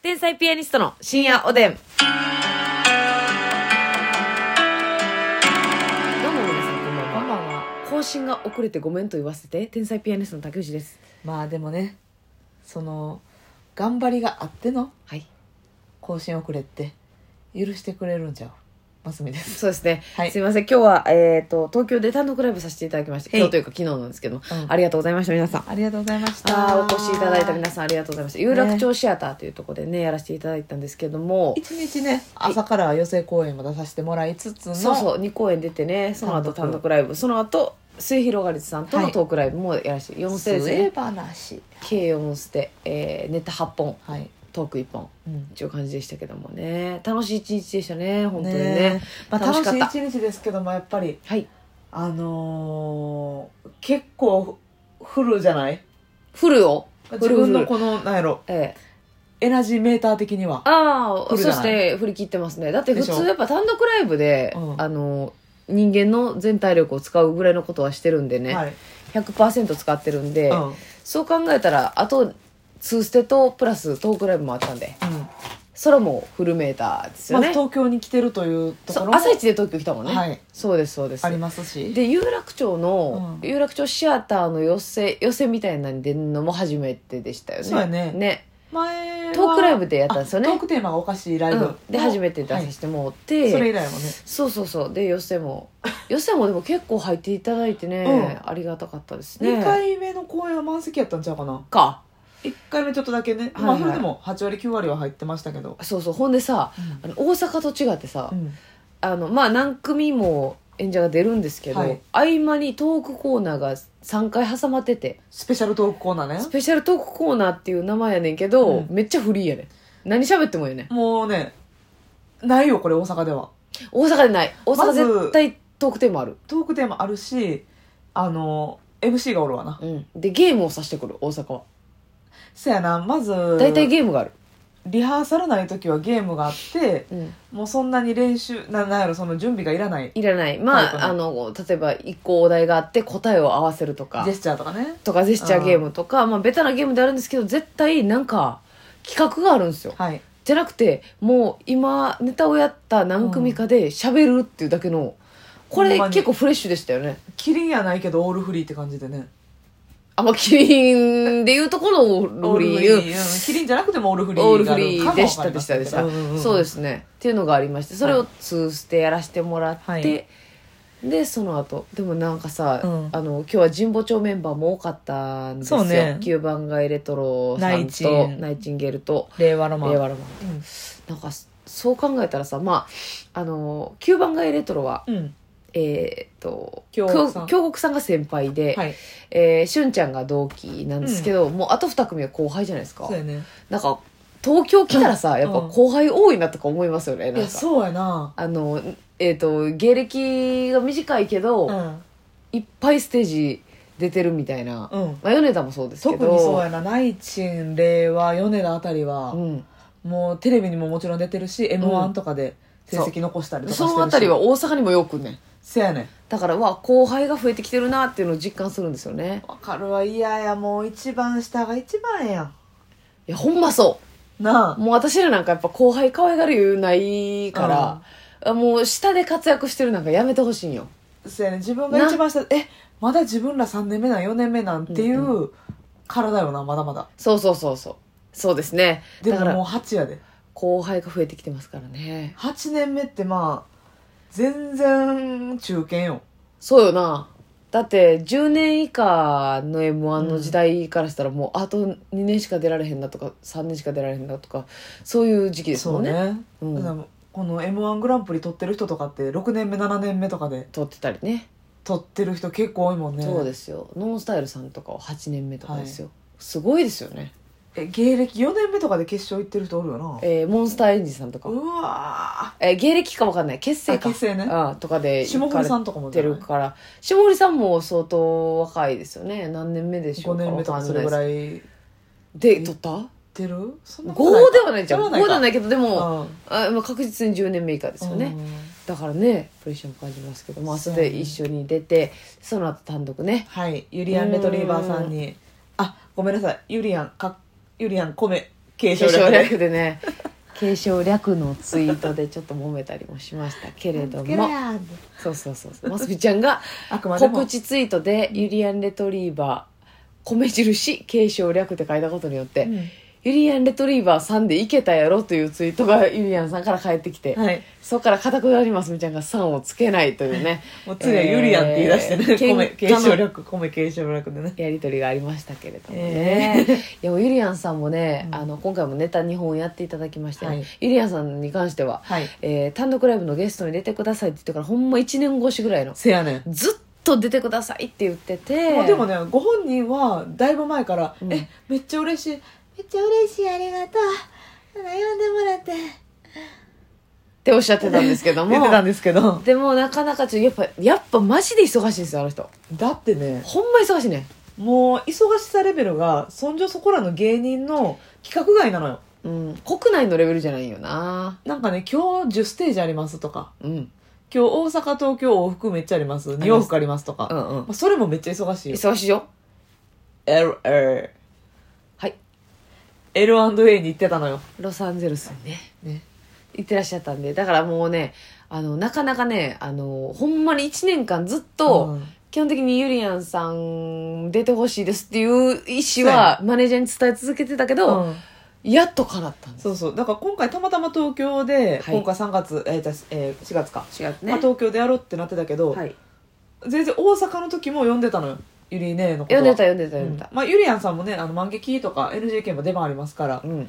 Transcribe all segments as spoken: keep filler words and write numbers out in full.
天才ピアニストの深夜おでん。どうも皆さんこんばんは。 こんばんは。 更新が遅れてごめんと言わせて、天才ピアニストの竹内です。 まあでもね、その頑張りがあってのはい、 更新遅れって許してくれるんじゃう。ますみです。 そうですね、 はい、 すいません。今日は、えー、と東京で単独ライブさせていただきました。今日というか昨日なんですけど、うん、ありがとうございました。皆さんありがとうございました。 あお越しいただいた皆さんありがとうございました。有楽町シアターというところでねやらせていただいたんですけども、 一日ね朝から寄席公演も出させてもらいつつの、 そうそうに公演出てね、その後単独ライブ、その後末広がりさんとのトークライブもやらせて、よんステですね。 末話計よんステ、えー、ネタはっぽん、 はい、 トークいっぽん、 うん、 っていう感じでしたけどもね、楽しい一日でしたね本当にね。 ね、まあ、楽し楽しかったい一日ですけども、やっぱり、 はい、 あのー、結構フルじゃない？ フルを自分のこのなんやろ、 ええ、エナジーメーター的にはああ、そフルじゃない？ して振り切ってますね。だって普でしょ通やっぱ単独ライブで、 うん、 あの人間の全体力を使うぐらいのことはしてるんでね、 はい、 ひゃくパーセント使ってるんで、うん、そう考えたらあとにステとプラストークライブもあったんで、うん、それはもうフルメーターですよね。 まず東京に来てるというところも朝一で東京来たもんね、はい、そうですそうです、 ありますし、 で有楽町の、うん、有楽町シアターの寄せ寄せみたいなのに出るのも初めてでしたよね。 そうやね。 ね、 前トークライブでやったんですよね。 トークテーマがおかしいライブ、うん、 で初めて出させてもらって、はい、 それ以来もね、 そうそうそう、で寄せも寄せもでも結構入っていただいてね、うん、ありがたかったですね。 にかいめの公演は満席やったんちゃうかなか。 いっかいめちょっとだけね、はいはい、まあ、それでもはちわりきゅうわりは入ってましたけど、 そうそう、ほんでさ、うん、あの大阪と違ってさ、うん、あのまあ何組も演者が出るんですけど、はい、合間にトークコーナーがさんかい挟まってて、 スペシャルトークコーナーね。 スペシャルトークコーナーっていう名前やねんけど、うん、めっちゃフリーやねん。何喋ってもいいねん。 もうね、ないよこれ大阪では。 大阪でない。大阪絶対トークテーマある。 トークテーマあるし、あの エムシー がおるわな、 うん、でゲームをさしてくる大阪は。 そやな、まず大体ゲームがある。 リハーサルない時はゲームがあって、うん、もうそんなに練習 な, なんやろその準備がいらないいらない。まああの例えばいっこお題があって答えを合わせるとかジェスチャーとかねとかジェスチャーゲームとか、まあベタなゲームであるんですけど、絶対なんか企画があるんですよ、はい、じゃなくてもう今ネタをやった何組かで喋るっていうだけの、うん、これ結構フレッシュでしたよね。 キリンやないけどオールフリーって感じでね。 あ、まあ、キリンでいうとこのオールフリー、うん、 キリンじゃなくてもオールフリーオールフリーでしたでしたでした、 うんうんうん、 そうですねっていうのがありまして、それをにステやらせてもらって、はい、でその後でもなんかさ、うん、あの今日は神保町メンバーも多かったんですよ。そうね、きゅうばん街レトロさんとナイチンゲールと令和ロマン、 令和ロマン、うん、なんかそう考えたらさ、まああのきゅうばん街レトロは、うん、えー、と京極さん京極さんが先輩で、はい、えー、しゅんちゃんが同期なんですけど、うん、もうあとに組は後輩じゃないですか。 そうやね、 なんか東京来たらさ、うん、やっぱ後輩多いなとか思いますよね。なんかいやそうやな、 あの、えー、と芸歴が短いけど、うん、いっぱいステージ出てるみたいな、うん、まあ、米田もそうですけど、 特にそうやな、ナイチン令和米田あたりは、うん、もうテレビにももちろん出てるし、うん、エムワン とかで成績残したりとかしてるし、 そのあたりは大阪にもよくね。 せやね、 だからわ後輩が増えてきてるなっていうのを実感するんですよね。 わかるわ。いやいや、もう一番下が一番やん。 いやほんまそうなあ。もう私らなんかやっぱ後輩可愛がる余裕ないから、うん、もう下で活躍してるなんかやめてほしいんよ。 そうやね、自分が一番下えまだ自分らさんねんめなんよねんめなんていう体よな、まだまだ。 そうそうそうそうそうですね。 でももうはちやで、 後輩が増えてきてますからね。 はちねんめってまあ全然中堅よ。 そうよな。だってじゅうねん以下の エムワン の時代からしたらもうあとにねんしか出られへんなとかさんねんしか出られへんなとかそういう時期ですもんね。そうね、 うん、だからこの エムワン グランプリ取ってる人とかってろくねんめななねんめとかで取ってたりね、 取ってる人結構多いもんね。 そうですよ。ノンスタイルさんとかははちねんめとかですよ、はい、すごいですよね。 え芸歴よねんめとかで決勝行ってる人おるよな。 えー、モンスターエンジンさんとか、 うわー、えー、芸歴か分かんない、結成か、 結成ね、 あとかで霜降りさんとかも出るから。霜降りさんも相当若いですよね。何年目でしょうか。 ごねんめとかそれぐらいで取ったてる。そんなごではないじゃん。ごではないけどでも、うん、あまあ、確実にじゅうねんめ以下ですよね、うん、だからねプレッシャーも感じますけど、まあ、明日で一緒に出てその後単独ね、 はい、ユリアンレトリーバーさんに、あごめんなさい、ユリアンかユリアン米継承略で略でね継承略のツイートでちょっと揉めたりもしましたけれどもそうそうそうそうますみちゃんが告知ツイートでユリアンレトリーバー米印継承略って書いたことによって、うん、ユリアンレトリーバーさんでいけたやろというツイートがユリアンさんから返ってきて、はい、そこから固くなりますみちゃんがさんをつけないというねもう次はユリアンって言い出してね、えー、米継承略米継承略でねやり取りがありましたけれどもね、えー、いやもうユリアンさんもね、うん、あの今回もネタにほんやっていただきまして、ね、はい、ユリアンさんに関しては、はい、えー、単独ライブのゲストに出てくださいって言ってからほんまいちねん越しぐらいのせやねんずっと出てくださいって言っててもうでもねご本人はだいぶ前から「うん、えめっちゃ嬉しいめっちゃ嬉しいありがとう呼んでもらって」 っておっしゃってたんですけども言ってたんですけどでもなかなかちょやっぱやっぱマジで忙しいんですよあの人だってねほんま忙しいねもう忙しさレベルがそんじょそこらの芸人の企画外なのよ、 うん、国内のレベルじゃないよななんかね今日じゅうステージありますとか、うん、今日大阪東京往復めっちゃありますに往復ありますとか、うんうんまあ、それもめっちゃ忙しいよ忙しいよエルエー はい エルアンドエー に行ってたのよロサンゼルスにねね行ってらっしゃったんでだからもうねあのなかなかねあのほんまにいちねんかんずっと、うん、基本的にゆりやんさん出てほしいですっていう意思はマネージャーに伝え続けてたけど、うんやっと叶ったんですそうそうだから今回たまたま東京で、はい、今回さんがつ、えーじゃえー、しがつかしがつね、 まあ、東京でやろうってなってたけど、はい、全然大阪の時も呼んでたのよゆりねのことは呼んでた呼んでた呼んでた、 うんまあ、ゆりやんさんもねあの満劇とか エヌジーケー も出番ありますから、うんうんうん、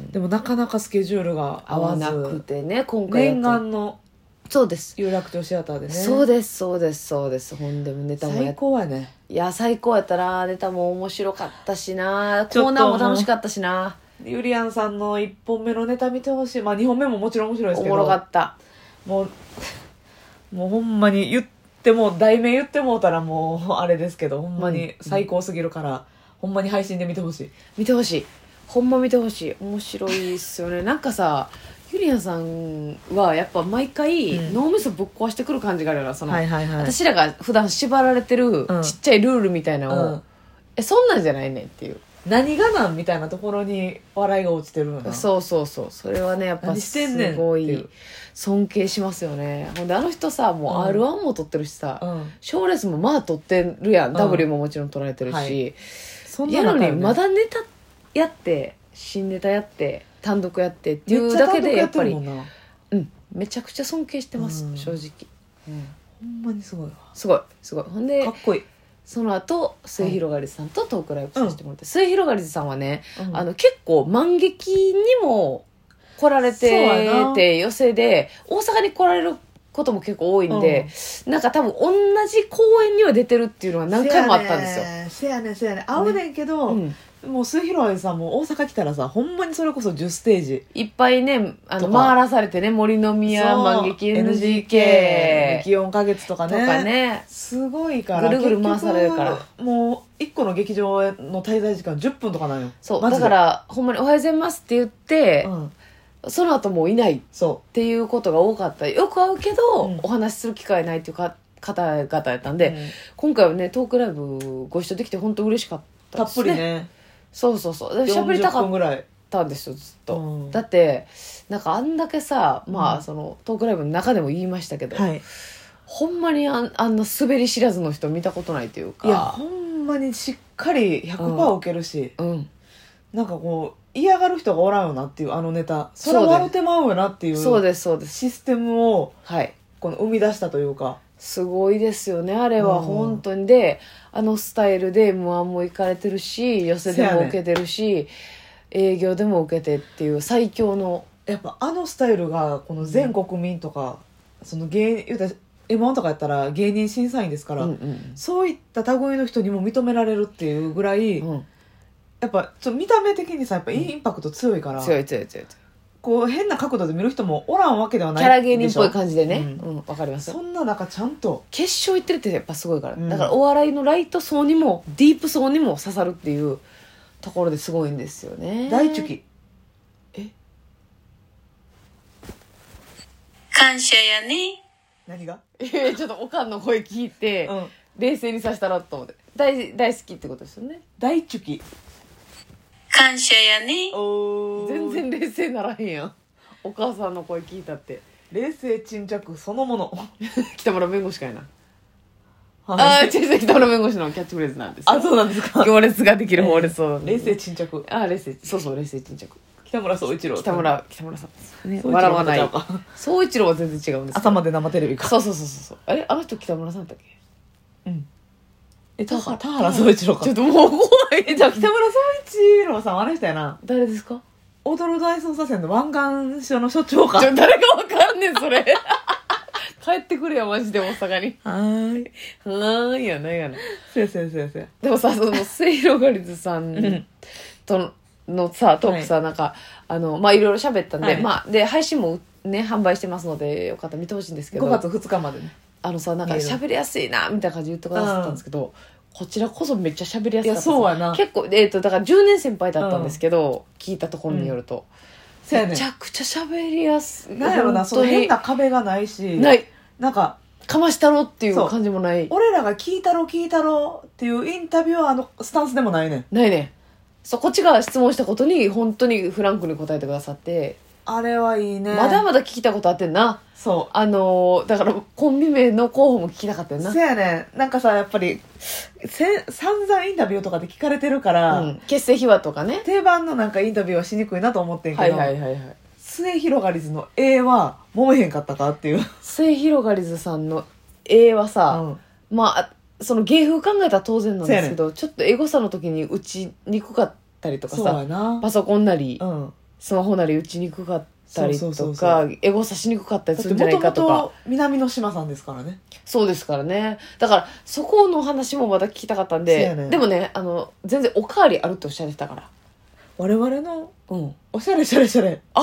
でもなかなかスケジュールが合わなくてね今回念願のそうです有楽町シアターでねそうですそうですそうですほんでもネタもや最高やねいや最高やったなネタも面白かったしなコーナーも楽しかったしなゆりやんさんのいっぽんめのネタ見てほしいまあにほんめももちろん面白いですけどおもろかったもうもうほんまに言っても題名言ってもうたらもうあれですけどほんまに最高すぎるから、うんうん、ほんまに配信で見てほしい見てほしいほんま見てほしい面白いっすよねなんかさゆりやんさんはやっぱ毎回脳みそぶっ壊してくる感じがあるよなその、はいはいはい、私らが普段縛られてるちっちゃいルールみたいなのを、うん、えそんなんじゃないねんっていう何がなんみたいなところに笑いが落ちてるのなそうそうそうそれはねやっぱすごい尊敬しますよねほんであの人さもう アールワン も取ってるしさ賞、うん、レースもまあ取ってるやん、うん、W ももちろん取られてるし、はい、そんな中、ね、やのにまだネタやって新ネタやって単独やってっていうだけでやっぱりうんめちゃくちゃ尊敬してます、うん、正直、 うん、ほんまにすごいわすごいすごいほんでかっこいいその後末広がりさんとトークライブさせてもらって、はい、末広がりさんはね、うん、あの結構満劇にも来られてて寄席で大阪に来られることも結構多いんで、うん、なんか多分同じ公演には出てるっていうのが何回もあったんですよせやねんせやねん会うねんけど、ねうん、もう末広がりさんも大阪来たらさほんまにそれこそじゅうステージいっぱいねあの回らされてね森の宮満劇 エヌジーケーよんかげつとかねとかねすごいからぐるぐる回されるからもういっこの劇場の滞在時間じゅっぷんとかなんよそうだからほんまにおはようございますって言って、うんその後もういないっていうことが多かったよく会うけど、うん、お話しする機会ないっていうか方々やったんで、うん、今回はねトークライブご一緒できて本当嬉しかったですねたっぷりねそうそうそう喋りたかったんですよずっと、うん、だってなんかあんだけさまあそのトークライブの中でも言いましたけど、はい、ほんまに あ, あんな滑り知らずの人見たことないというかいやほんまにしっかり ひゃくパーセント 受けるし、うんうん、なんかこう嫌がる人がおらんよなっていうあのネタそれ笑ってまうよなっていうそうですそうですシステムをこの生み出したというかすごいですよねあれは本当にであのスタイルで エムワン も行かれてるし寄席でも受けてるし、ね、営業でも受けてっていう最強のやっぱあのスタイルがこの全国民とか、うん、その芸言うたら エムワン とかやったら芸人審査員ですから、うんうん、そういった類の人にも認められるっていうぐらい、うんやっぱちょっと見た目的にさやっぱインパクト強いから、うん、 強い強い強いこう変な角度で見る人もおらんわけではないキャラ芸人っぽい感じでね、うんうん、わかりますそんな中ちゃんと決勝行ってるってやっぱすごいから、うん、だからお笑いのライト層にもディープ層にも刺さるっていうところですごいんですよね大チュキえ感謝やね何がちょっとおかんの声聞いて、うん、冷静にさせたらと思って 大, 大好きってことですよね大チュキ感謝やね。 お全然冷静ならへんやん。お母さんの声聞いたって。 冷静沈着そのもの。 北村弁護士かいな。 はい、 ああ、違う違う、北村弁護士のキャッチフレーズなんですよ。 あ、そうなんですか。 行列ができる法律を。 冷静沈着。 ああ、冷静。そうそう、冷静沈着。 北村総一郎。 北村、北村さん。ね、 総一郎笑わないちゃうか。 総一郎は全然違うんですけど。 朝まで生テレビか。 そうそうそうそう。あれあの人北村さんだっけ？ うん。え、田原田原総一郎か。 ちょっともう怖い。 え、じゃあ北村総一郎さんはあの人やな。 誰ですか？ 踊る大捜査線の湾岸署の署長か。 ちょ、誰かわかんねん、それ。帰ってくれよ、マジで大阪に。 はーい。 はーいやないやない。 せやせやせやせや。 でもさ、その、せいろがりずさんとのさ、トークさ、はい、なんか、あの、まあ、いろいろ喋ったんで、はい、まあ、で、配信もね、販売してますので、よかったら見てほしいんですけど。 ごがつふつかまでね。 あのさ、なんか喋りやすいな、みたいな感じで言ってくださったんですけど、うん、こちらこそめっちゃ喋りやすかった。いや、 そうやな。 結構、えっと、だからじゅうねん先輩だったんですけど、うん、聞いたところによると。うん、めちゃくちゃ喋りやすい。 なんやろな、その変な壁がないし。 ない。 なんか、 かましたろっていう感じもない。 俺らが聞いたろ聞いたろっていうインタビュアーのスタンスでもないねん。 ないね。そう、こっちが質問したことに本当にフランクに答えてくださって。 あれはいいね。 まだまだ聞きたことあってんな。 そう。 あのー、だからコンビ名の候補も聞きたかったよな。 そうやね。なんかさ、やっぱり、せ散々インタビューとかで聞かれてるから、 うん、結成秘話とかね。 定番のなんかインタビューはしにくいなと思ってんけど、 はいはいはいはい。 末広がりずの A は揉めへんかったかっていう。 末広がりずさんの A はさ、うん、まあ、その芸風考えたら当然なんですけど、ね、ちょっとエゴサの時に打ちにくかったりとかさ、パソコンなり、うん、スマホなり打ちにくかったりとか、エゴサしにくかったりするんじゃないかとか。 もともと南の島さんですからね。 そうですからね。だからそこの話もまた聞きたかったんで、ね、でもね、あの全然おかわりあるっておっしゃってたから。 我々の、うん、おしゃれしゃれしゃれ。あ